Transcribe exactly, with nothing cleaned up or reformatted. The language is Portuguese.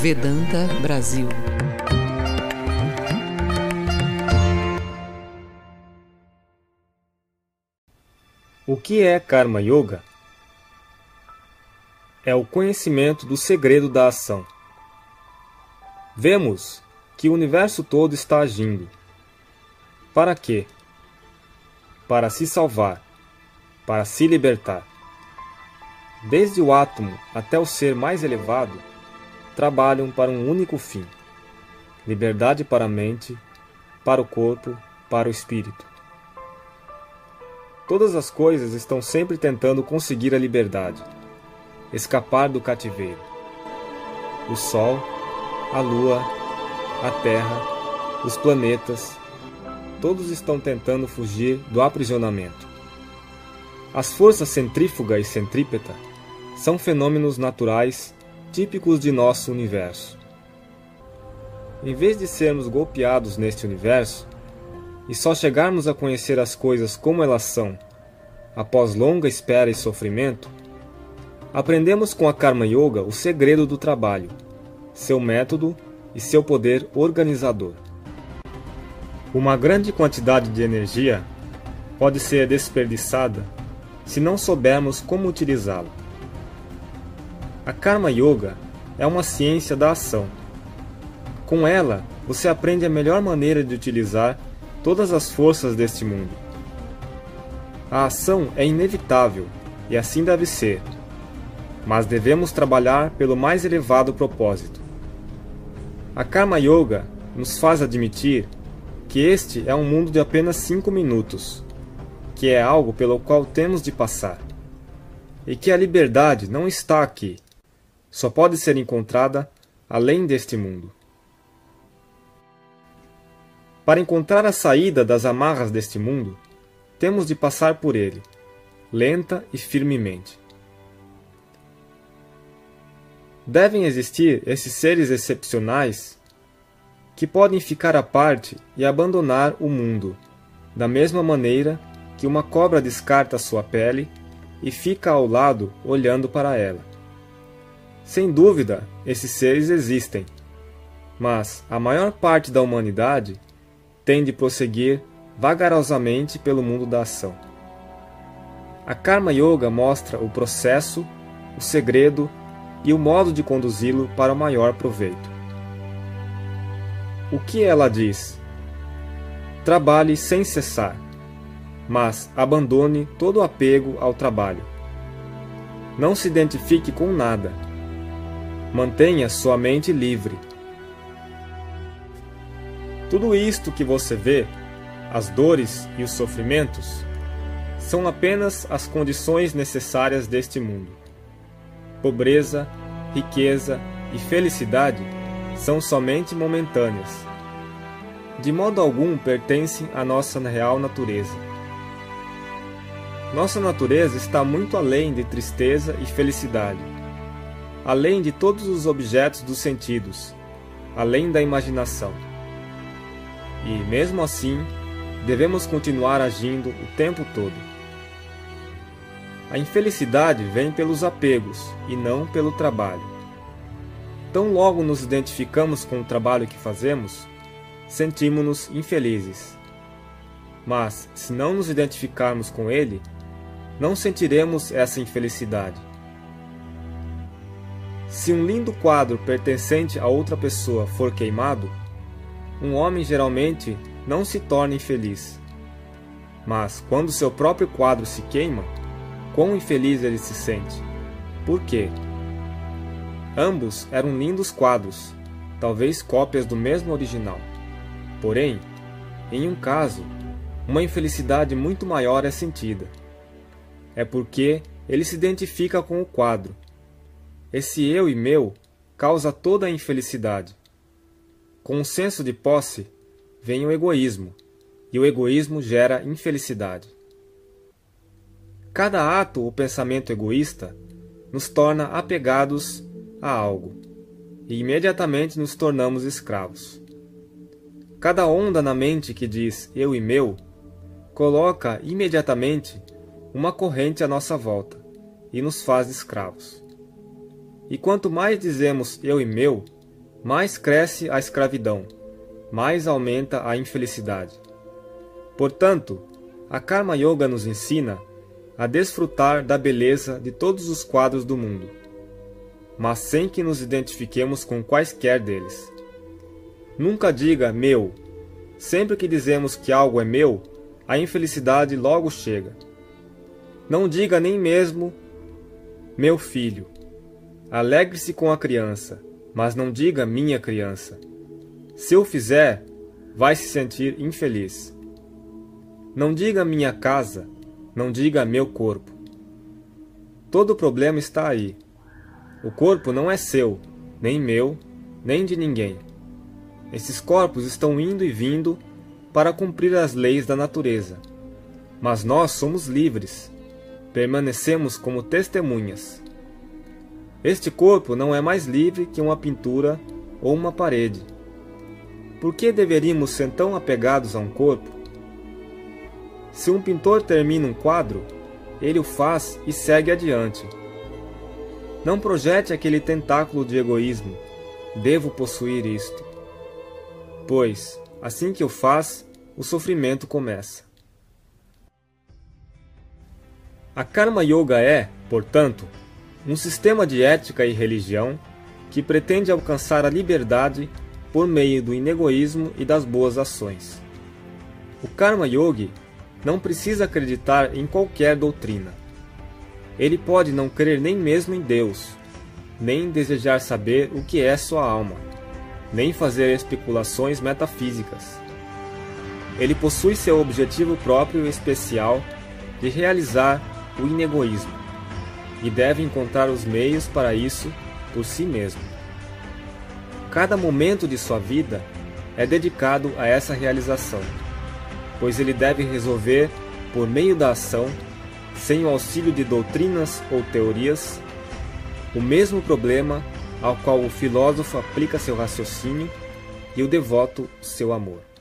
Vedanta Brasil. O que é Karma Yoga? É o conhecimento do segredo da ação. Vemos que o universo todo está agindo. Para quê? Para se salvar, para se libertar. Desde o átomo até o ser mais elevado, trabalham para um único fim: liberdade para a mente, para o corpo, para o espírito. Todas as coisas estão sempre tentando conseguir a liberdade, escapar do cativeiro. O Sol, a Lua, a Terra, os planetas, todos estão tentando fugir do aprisionamento. As forças centrífuga e centrípeta são fenômenos naturais típicos de nosso universo. Em vez de sermos golpeados neste universo, e só chegarmos a conhecer as coisas como elas são, após longa espera e sofrimento, aprendemos com a Karma Yoga o segredo do trabalho, seu método e seu poder organizador. Uma grande quantidade de energia pode ser desperdiçada se não soubermos como utilizá-la. A Karma Yoga é uma ciência da ação. Com ela, você aprende a melhor maneira de utilizar todas as forças deste mundo. A ação é inevitável, e assim deve ser, mas devemos trabalhar pelo mais elevado propósito. A Karma Yoga nos faz admitir que este é um mundo de apenas cinco minutos, que é algo pelo qual temos de passar, e que a liberdade não está aqui, só pode ser encontrada além deste mundo. Para encontrar a saída das amarras deste mundo, temos de passar por ele, lenta e firmemente. Devem existir esses seres excepcionais que podem ficar à parte e abandonar o mundo, da mesma maneira que uma cobra descarta sua pele e fica ao lado olhando para ela. Sem dúvida, esses seres existem, mas a maior parte da humanidade tem de prosseguir vagarosamente pelo mundo da ação. A Karma Yoga mostra o processo, o segredo e o modo de conduzi-lo para o maior proveito. O que ela diz? Trabalhe sem cessar, mas abandone todo o apego ao trabalho. Não se identifique com nada. Mantenha sua mente livre. Tudo isto que você vê, as dores e os sofrimentos, são apenas as condições necessárias deste mundo. Pobreza, riqueza e felicidade são somente momentâneas. De modo algum pertencem à nossa real natureza. Nossa natureza está muito além de tristeza e felicidade, além de todos os objetos dos sentidos, além da imaginação. E, mesmo assim, devemos continuar agindo o tempo todo. A infelicidade vem pelos apegos e não pelo trabalho. Tão logo nos identificamos com o trabalho que fazemos, sentimos-nos infelizes. Mas, se não nos identificarmos com ele, não sentiremos essa infelicidade. Se um lindo quadro pertencente a outra pessoa for queimado, um homem geralmente não se torna infeliz. Mas, quando seu próprio quadro se queima, quão infeliz ele se sente. Por quê? Ambos eram lindos quadros, talvez cópias do mesmo original. Porém, em um caso, uma infelicidade muito maior é sentida. É porque ele se identifica com o quadro. Esse eu e meu causa toda a infelicidade. Com o senso de posse, vem o egoísmo, e o egoísmo gera infelicidade. Cada ato ou pensamento egoísta nos torna apegados a algo, e imediatamente nos tornamos escravos. Cada onda na mente que diz eu e meu, coloca imediatamente uma corrente à nossa volta e nos faz escravos. E quanto mais dizemos eu e meu, mais cresce a escravidão, mais aumenta a infelicidade. Portanto, a Karma Yoga nos ensina a desfrutar da beleza de todos os quadros do mundo, mas sem que nos identifiquemos com quaisquer deles. Nunca diga meu. Sempre que dizemos que algo é meu, a infelicidade logo chega. Não diga nem mesmo meu filho. Alegre-se com a criança, mas não diga minha criança. Se o fizer, vai se sentir infeliz. Não diga minha casa, não diga meu corpo. Todo o problema está aí. O corpo não é seu, nem meu, nem de ninguém. Esses corpos estão indo e vindo para cumprir as leis da natureza. Mas nós somos livres. Permanecemos como testemunhas. Este corpo não é mais livre que uma pintura ou uma parede. Por que deveríamos ser tão apegados a um corpo? Se um pintor termina um quadro, ele o faz e segue adiante. Não projete aquele tentáculo de egoísmo. Devo possuir isto. Pois, assim que o faz, o sofrimento começa. A Karma Yoga é, portanto, um sistema de ética e religião que pretende alcançar a liberdade por meio do inegoísmo e das boas ações. O Karma Yogi não precisa acreditar em qualquer doutrina. Ele pode não crer nem mesmo em Deus, nem desejar saber o que é sua alma, nem fazer especulações metafísicas. Ele possui seu objetivo próprio e especial de realizar o inegoísmo, e deve encontrar os meios para isso por si mesmo. Cada momento de sua vida é dedicado a essa realização, pois ele deve resolver, por meio da ação, sem o auxílio de doutrinas ou teorias, o mesmo problema ao qual o filósofo aplica seu raciocínio e o devoto seu amor.